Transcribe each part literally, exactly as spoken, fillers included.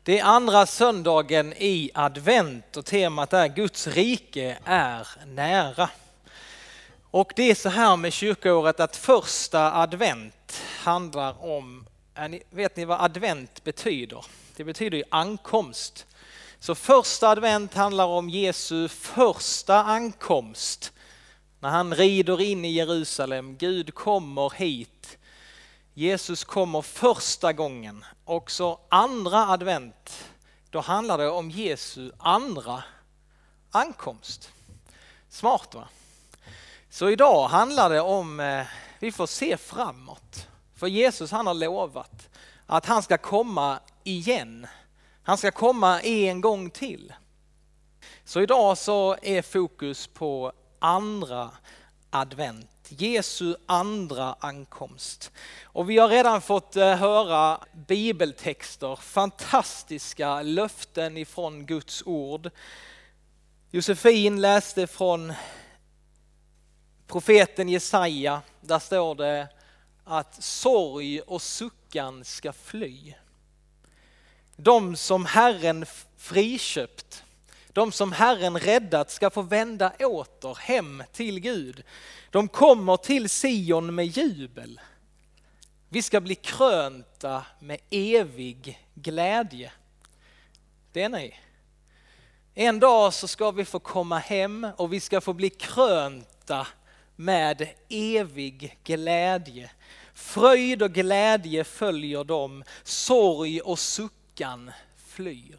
Det är andra söndagen i advent och temat är Guds rike är nära. Och det är så här med kyrkoåret att första advent handlar om, vet ni vad advent betyder? Det betyder ju ankomst. Så första advent handlar om Jesu första ankomst. När han rider in i Jerusalem, Gud kommer hit. Jesus kommer första gången. Och så andra advent, då handlar det om Jesu andra ankomst. Smart va? Så idag handlar det om, vi får se framåt. För Jesus han har lovat att han ska komma igen. Han ska komma en gång till. Så idag så är fokus på andra advent. Jesu andra ankomst. Och vi har redan fått höra bibeltexter, fantastiska löften ifrån Guds ord. Josefin läste från profeten Jesaja. Där står det att sorg och suckan ska fly. De som Herren friköpt, de som Herren räddat ska få vända åter hem till Gud. De kommer till Sion med jubel. Vi ska bli krönta med evig glädje. Det är ni. En dag så ska vi få komma hem och vi ska få bli krönta med evig glädje. Fröjd och glädje följer dem, sorg och suckan flyr.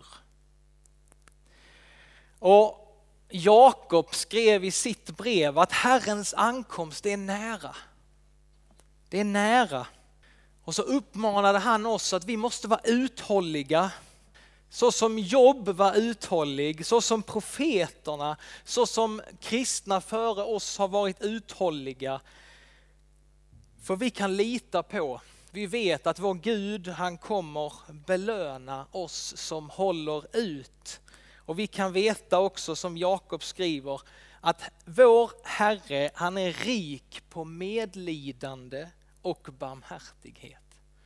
Och Jakob skrev i sitt brev att Herrens ankomst är nära. Det är nära. Och så uppmanade han oss att vi måste vara uthålliga. Så som Jobb var uthållig, så som profeterna, så som kristna före oss har varit uthålliga. För vi kan lita på, vi vet att vår Gud han kommer belöna oss som håller ut. Och vi kan veta också som Jakob skriver att vår Herre han är rik på medlidande och barmhärtighet.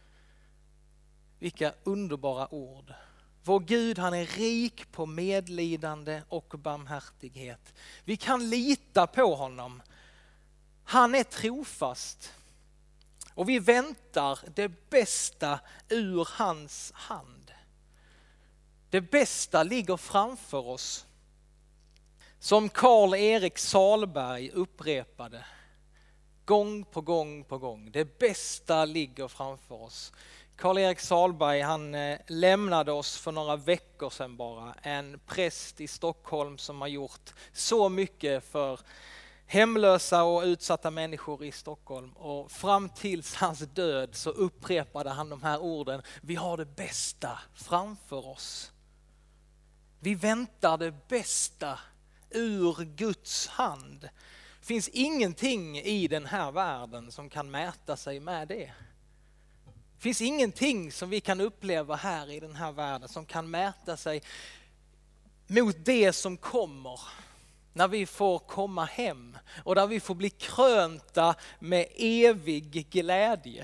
Vilka underbara ord. Vår Gud han är rik på medlidande och barmhärtighet. Vi kan lita på honom. Han är trofast. Och vi väntar det bästa ur hans hand. Det bästa ligger framför oss. Som Karl-Erik Salberg upprepade gång på gång på gång. Det bästa ligger framför oss. Karl-Erik Salberg han lämnade oss för några veckor sedan bara. En präst i Stockholm som har gjort så mycket för hemlösa och utsatta människor i Stockholm. Och fram till hans död så upprepade han de här orden. Vi har det bästa framför oss. Vi väntar det bästa ur Guds hand. Det finns ingenting i den här världen som kan mäta sig med det. Det finns ingenting som vi kan uppleva här i den här världen som kan mäta sig mot det som kommer. När vi får komma hem och där vi får bli krönta med evig glädje.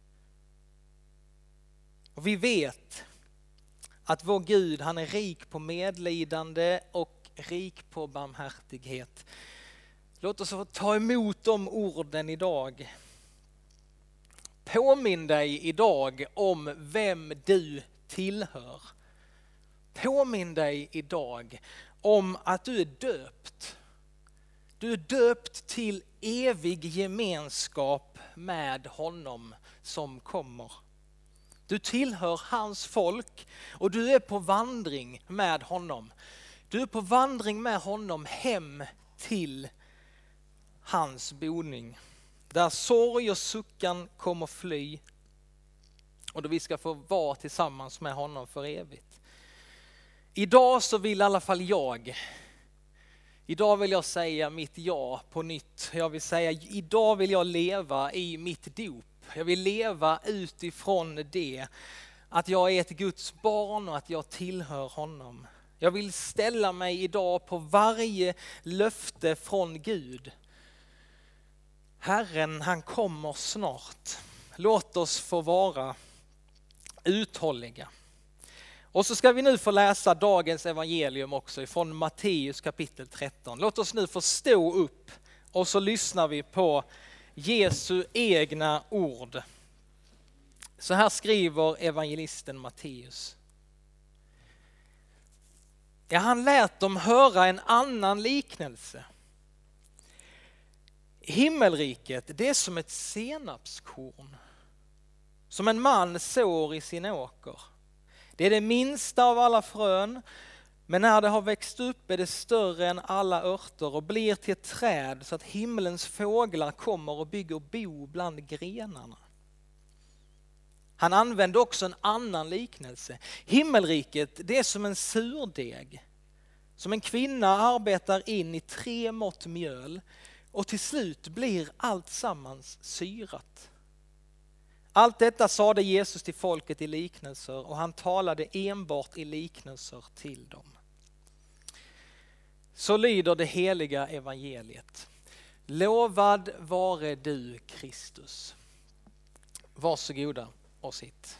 Och vi vet att vår Gud han är rik på medlidande och rik på barmhärtighet. Låt oss få ta emot de orden idag. Påminn dig idag om vem du tillhör. Påminn dig idag om att du är döpt. Du är döpt till evig gemenskap med honom som kommer. Du tillhör hans folk och du är på vandring med honom. Du är på vandring med honom hem till hans boning. Där sorg och suckan kommer fly och då vi ska få vara tillsammans med honom för evigt. Idag så vill i alla fall jag, idag vill jag säga mitt ja på nytt. Jag vill säga, idag vill jag leva i mitt dop. Jag vill leva utifrån det, att jag är ett Guds barn och att jag tillhör honom. Jag vill ställa mig idag på varje löfte från Gud. Herren han kommer snart. Låt oss få vara uthålliga. Och så ska vi nu få läsa dagens evangelium också ifrån Matteus kapitel tretton. Låt oss nu få stå upp och så lyssnar vi på Jesu egna ord. Så här skriver evangelisten Matteus. Ja, han lät dem höra en annan liknelse. Himmelriket, det är som ett senapskorn som en man sår i sin åker. Det är det minsta av alla frön, men när det har växt upp är det större än alla örter och blir till ett träd så att himmelens fåglar kommer och bygger bo bland grenarna. Han använde också en annan liknelse. Himmelriket, det är som en surdeg som en kvinna arbetar in i tre mått mjöl och till slut blir allt sammans syrat. Allt detta sade Jesus till folket i liknelser och han talade enbart i liknelser till dem. Så lyder det heliga evangeliet. Lovad vare du, Kristus. Varsågoda och sitt.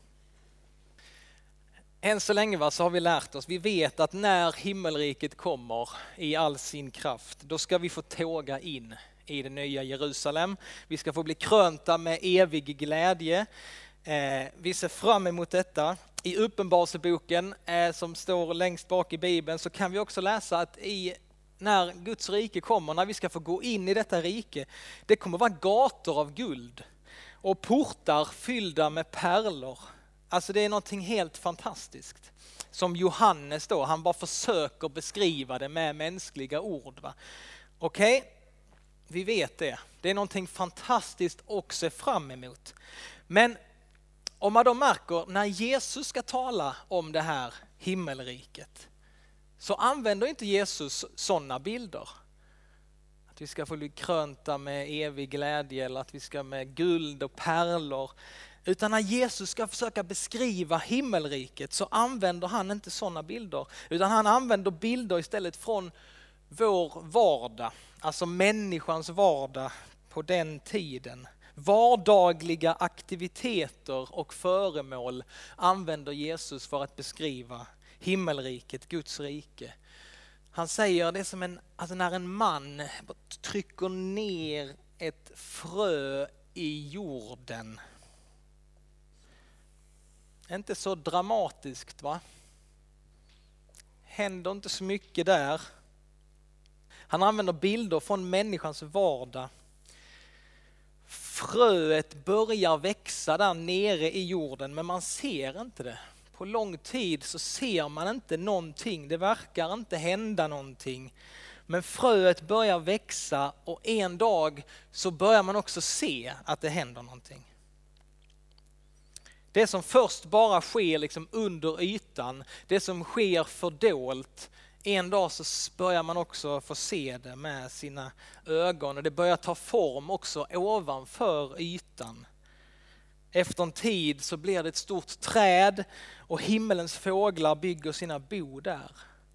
Än så länge va, så har vi lärt oss, vi vet att när himmelriket kommer i all sin kraft, då ska vi få tåga in i det nya Jerusalem. Vi ska få bli krönta med evig glädje. Eh, vi ser fram emot detta. I Uppenbarelseboken eh, som står längst bak i Bibeln så kan vi också läsa att i, när Guds rike kommer, när vi ska få gå in i detta rike, det kommer vara gator av guld och portar fyllda med pärlor. Alltså det är någonting helt fantastiskt. Som Johannes då, han bara försöker beskriva det med mänskliga ord. Va? Okej, okay, vi vet det. Det är någonting fantastiskt att se fram emot. Men om man då märker, när Jesus ska tala om det här himmelriket, så använder inte Jesus sådana bilder. Att vi ska få bli krönta med evig glädje eller att vi ska med guld och pärlor. Utan när Jesus ska försöka beskriva himmelriket så använder han inte sådana bilder. Utan han använder bilder istället från vår vardag. Alltså människans vardag på den tiden. Vardagliga aktiviteter och föremål använder Jesus för att beskriva himmelriket, Guds rike. Han säger det är som en, alltså när en man trycker ner ett frö i jorden. Inte så dramatiskt va? Händer inte så mycket där. Han använder bilder från människans vardag. Fröet börjar växa där nere i jorden men man ser inte det. På lång tid så ser man inte någonting. Det verkar inte hända någonting. Men fröet börjar växa och en dag så börjar man också se att det händer någonting. Det som först bara sker liksom under ytan, det som sker fördolt, en dag så börjar man också få se det med sina ögon och det börjar ta form också ovanför ytan. Efter en tid så blir det ett stort träd och himmelens fåglar bygger sina bo där.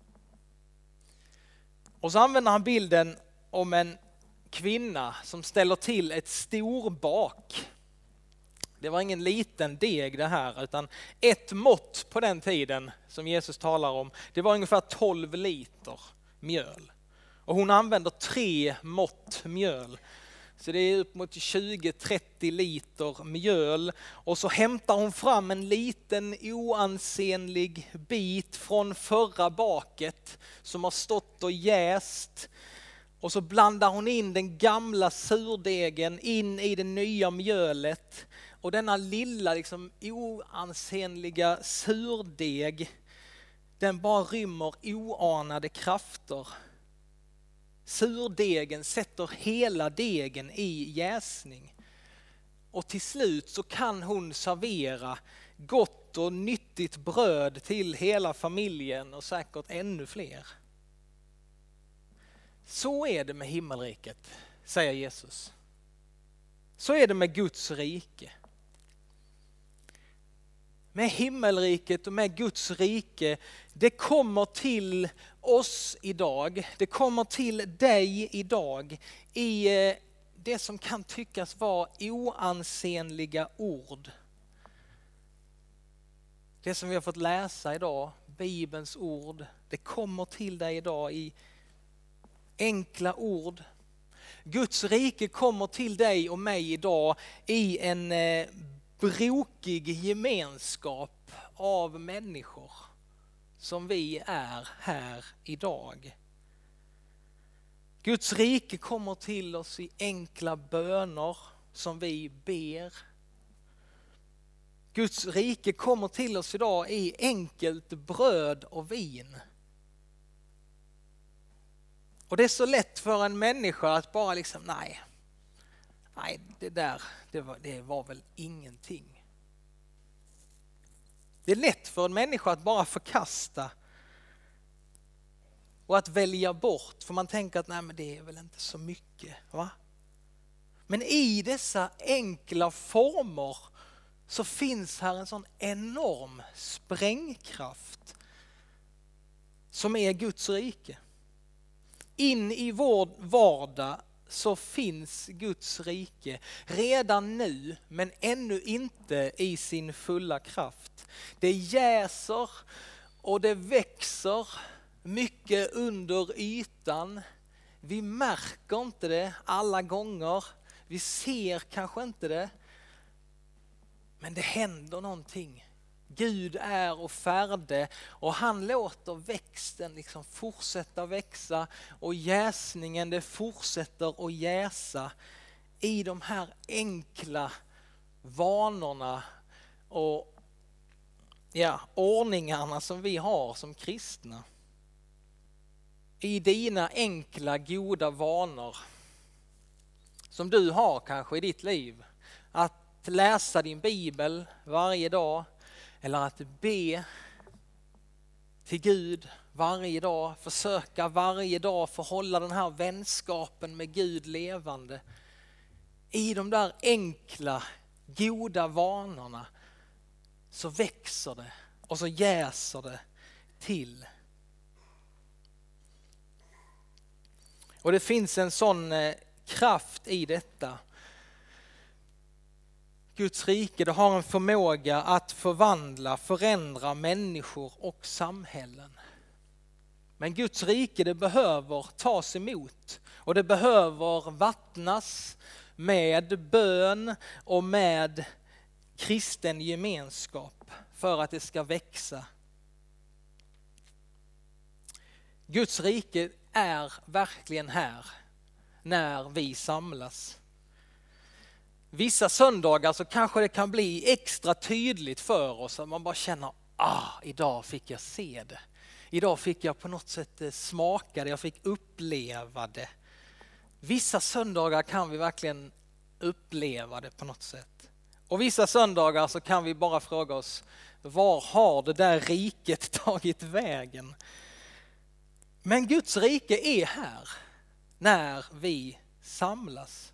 Och så använder han bilden om en kvinna som ställer till ett storbak. Det var ingen liten deg det här, utan ett mått på den tiden som Jesus talar om, det var ungefär tolv liter mjöl. Och hon använder tre mått mjöl. Så det är upp mot tjugo till trettio liter mjöl. Och så hämtar hon fram en liten oansenlig bit från förra baket som har stått och jäst. Och så blandar hon in den gamla surdegen in i det nya mjölet. Och denna lilla liksom oansenliga surdeg, den bara rymmer oanade krafter. Surdegen sätter hela degen i jäsning. Och till slut så kan hon servera gott och nyttigt bröd till hela familjen och säkert ännu fler. Så är det med himmelriket, säger Jesus. Så är det med Guds rike. Med himmelriket och med Guds rike, det kommer till oss idag. Det kommer till dig idag i det som kan tyckas vara oansenliga ord. Det som vi har fått läsa idag, Bibelns ord, det kommer till dig idag i enkla ord. Guds rike kommer till dig och mig idag i en eh, brokig gemenskap av människor som vi är här idag. Guds rike kommer till oss i enkla böner som vi ber. Guds rike kommer till oss idag i enkelt bröd och vin. Och det är så lätt för en människa att bara liksom, nej, nej det där, det var, det var väl ingenting. Det är lätt för en människa att bara förkasta och att välja bort, för man tänker att nej, men det är väl inte så mycket, va? Men i dessa enkla former så finns här en sån enorm sprängkraft som är Guds rike. In i vår vardag så finns Guds rike redan nu, men ännu inte i sin fulla kraft. Det jäser och det växer mycket under ytan. Vi märker inte det alla gånger. Vi ser kanske inte det. Men det händer någonting. Gud är och färde och han låter växten liksom fortsätta växa och jäsningen det fortsätter att jäsa i de här enkla vanorna och ja, ordningarna som vi har som kristna. I dina enkla goda vanor som du har kanske i ditt liv. Att läsa din bibel varje dag eller att be till Gud varje dag. Försöka varje dag få hålla den här vänskapen med Gud levande. I de där enkla goda vanorna så växer det och så jäser det till. Och det finns en sån kraft i detta. Guds rike, det har en förmåga att förvandla, förändra människor och samhällen. Men Guds rike, det behöver tas emot och det behöver vattnas med bön och med kristen gemenskap för att det ska växa. Guds rike är verkligen här när vi samlas. Vissa söndagar så kanske det kan bli extra tydligt för oss att man bara känner, ah, idag fick jag se det. Idag fick jag på något sätt smaka det, jag fick uppleva det. Vissa söndagar kan vi verkligen uppleva det på något sätt. Och vissa söndagar så kan vi bara fråga oss, var har det där riket tagit vägen? Men Guds rike är här när vi samlas.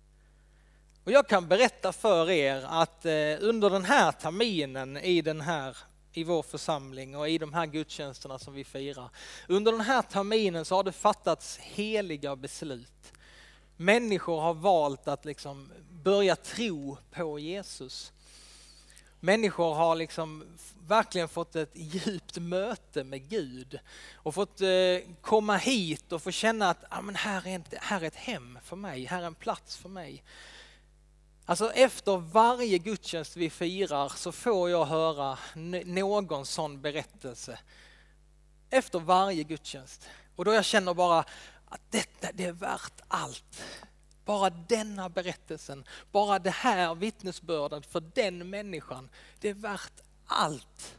Och jag kan berätta för er att under den här terminen i, den här, i vår församling och i de här gudstjänsterna som vi firar. Under den här terminen så har det fattats heliga beslut. Människor har valt att liksom börja tro på Jesus. Människor har liksom verkligen fått ett djupt möte med Gud och fått eh, komma hit och få känna att ah, men här, är ett, här är ett hem för mig, här är en plats för mig. Alltså efter varje gudstjänst vi firar så får jag höra n- någon sån berättelse. Efter varje gudstjänst. Och då jag känner bara att detta det är värt allt. Bara denna berättelsen, bara det här vittnesbördet för den människan, det är värt allt.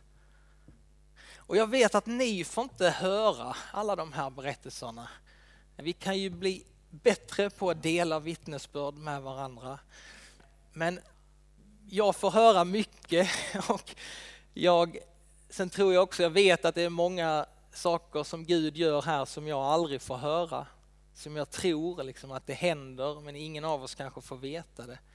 Och jag vet att ni får inte höra alla de här berättelserna. Vi kan ju bli bättre på att dela vittnesbörd med varandra. Men jag får höra mycket och jag, sen tror jag också, jag vet att det är många saker som Gud gör här som jag aldrig får höra. Som jag tror liksom att det händer, men ingen av oss kanske får veta det.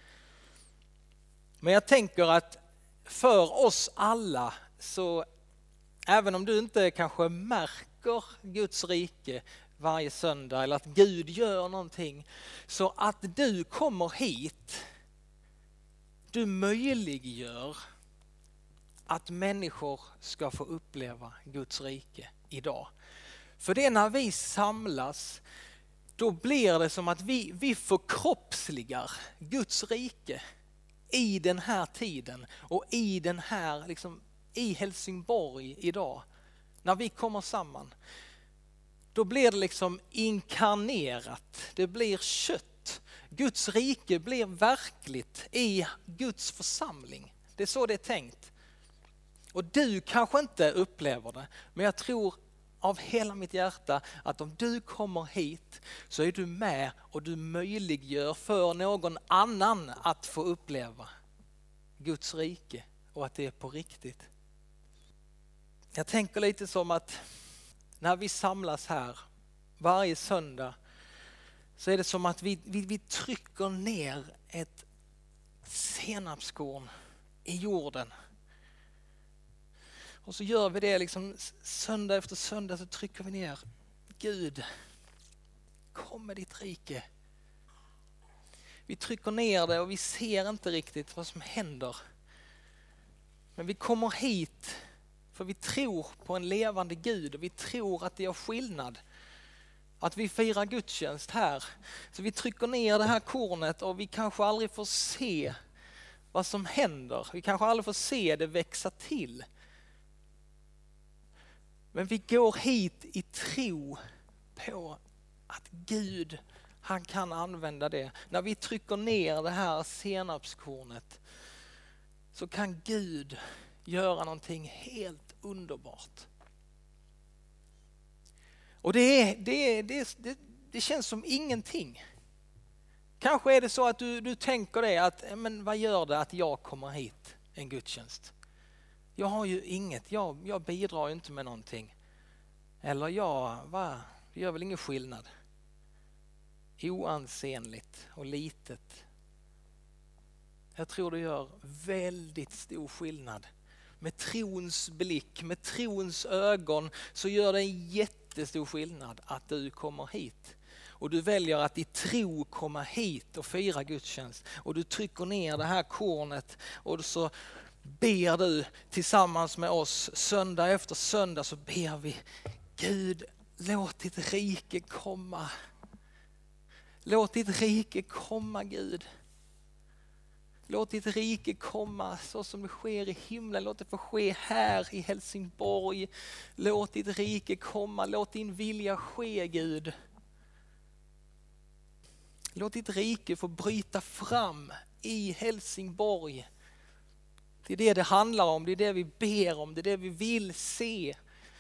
Men jag tänker att för oss alla, så även om du inte kanske märker Guds rike varje söndag eller att Gud gör någonting, så att du kommer hit, du möjliggör att människor ska få uppleva Guds rike idag. För det är när vi samlas, då blir det som att vi, vi förkroppsligar Guds rike i den här tiden och i den här, liksom, i Helsingborg idag. När vi kommer samman, då blir det liksom inkarnerat, det blir kött. Guds rike blir verkligt i Guds församling. Det är så det är tänkt. Och du kanske inte upplever det, men jag tror av hela mitt hjärta att om du kommer hit så är du med och du möjliggör för någon annan att få uppleva Guds rike och att det är på riktigt. Jag tänker lite som att när vi samlas här varje söndag så är det som att vi, vi, vi trycker ner ett senapskorn i jorden. Och så gör vi det liksom söndag efter söndag, så trycker vi ner. Gud, kom med ditt rike. Vi trycker ner det och vi ser inte riktigt vad som händer. Men vi kommer hit för vi tror på en levande Gud och vi tror att det gör skillnad. Att vi firar gudstjänst här. Så vi trycker ner det här kornet och vi kanske aldrig får se vad som händer. Vi kanske aldrig får se det växa till. Men vi går hit i tro på att Gud, han kan använda det. När vi trycker ner det här senapskornet så kan Gud göra någonting helt underbart. Och det, är, det, är, det, det, det känns som ingenting. Kanske är det så att du, du tänker det att, men vad gör det att jag kommer hit en gudstjänst? Jag har ju inget, jag, jag bidrar ju inte med någonting. Eller jag, va, det gör väl ingen skillnad. Oansenligt och litet. Jag tror det gör väldigt stor skillnad. Med trons blick, med trons ögon så gör det en jättestor skillnad att du kommer hit. Och du väljer att i tro komma hit och fira gudstjänst. Och du trycker ner det här kornet och så ber du tillsammans med oss söndag efter söndag, så ber vi: Gud, låt ditt rike komma. Låt ditt rike komma, Gud. Låt ditt rike komma så som det sker i himlen. Låt det få ske här i Helsingborg. Låt ditt rike komma. Låt din vilja ske, Gud. Låt ditt rike få bryta fram i Helsingborg. Det är det det handlar om. Det är det vi ber om. Det är det vi vill se.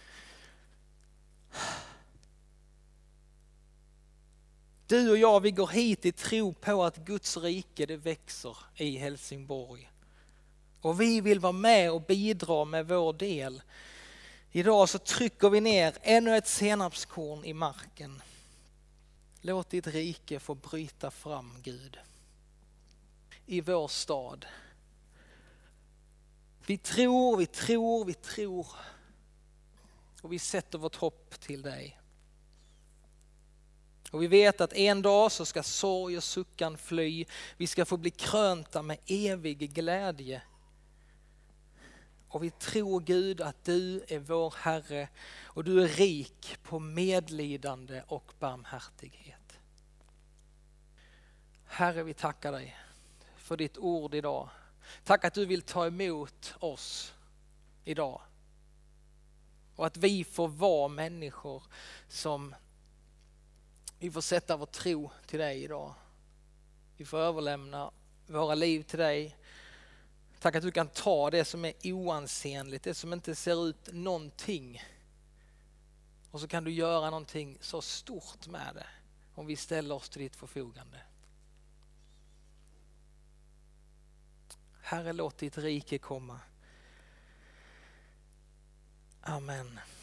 Du och jag, vi går hit i tro på att Guds rike, det växer i Helsingborg. Och vi vill vara med och bidra med vår del. Idag så trycker vi ner ännu ett senapskorn i marken. Låt ditt rike få bryta fram, Gud, i vår stad. Vi tror, vi tror, vi tror. Och vi sätter vårt hopp till dig. Och vi vet att en dag så ska sorg och suckan fly. Vi ska få bli krönta med evig glädje. Och vi tror, Gud, att du är vår Herre och du är rik på medlidande och barmhärtighet. Herre, vi tackar dig för ditt ord idag. Tack att du vill ta emot oss idag. Och att vi får vara människor som vi får sätta vår tro till dig idag. Vi får överlämna våra liv till dig. Tack att du kan ta det som är oansenligt, det som inte ser ut någonting. Och så kan du göra någonting så stort med det om vi ställer oss till ditt förfogande. Herre, låt ditt rike komma. Amen.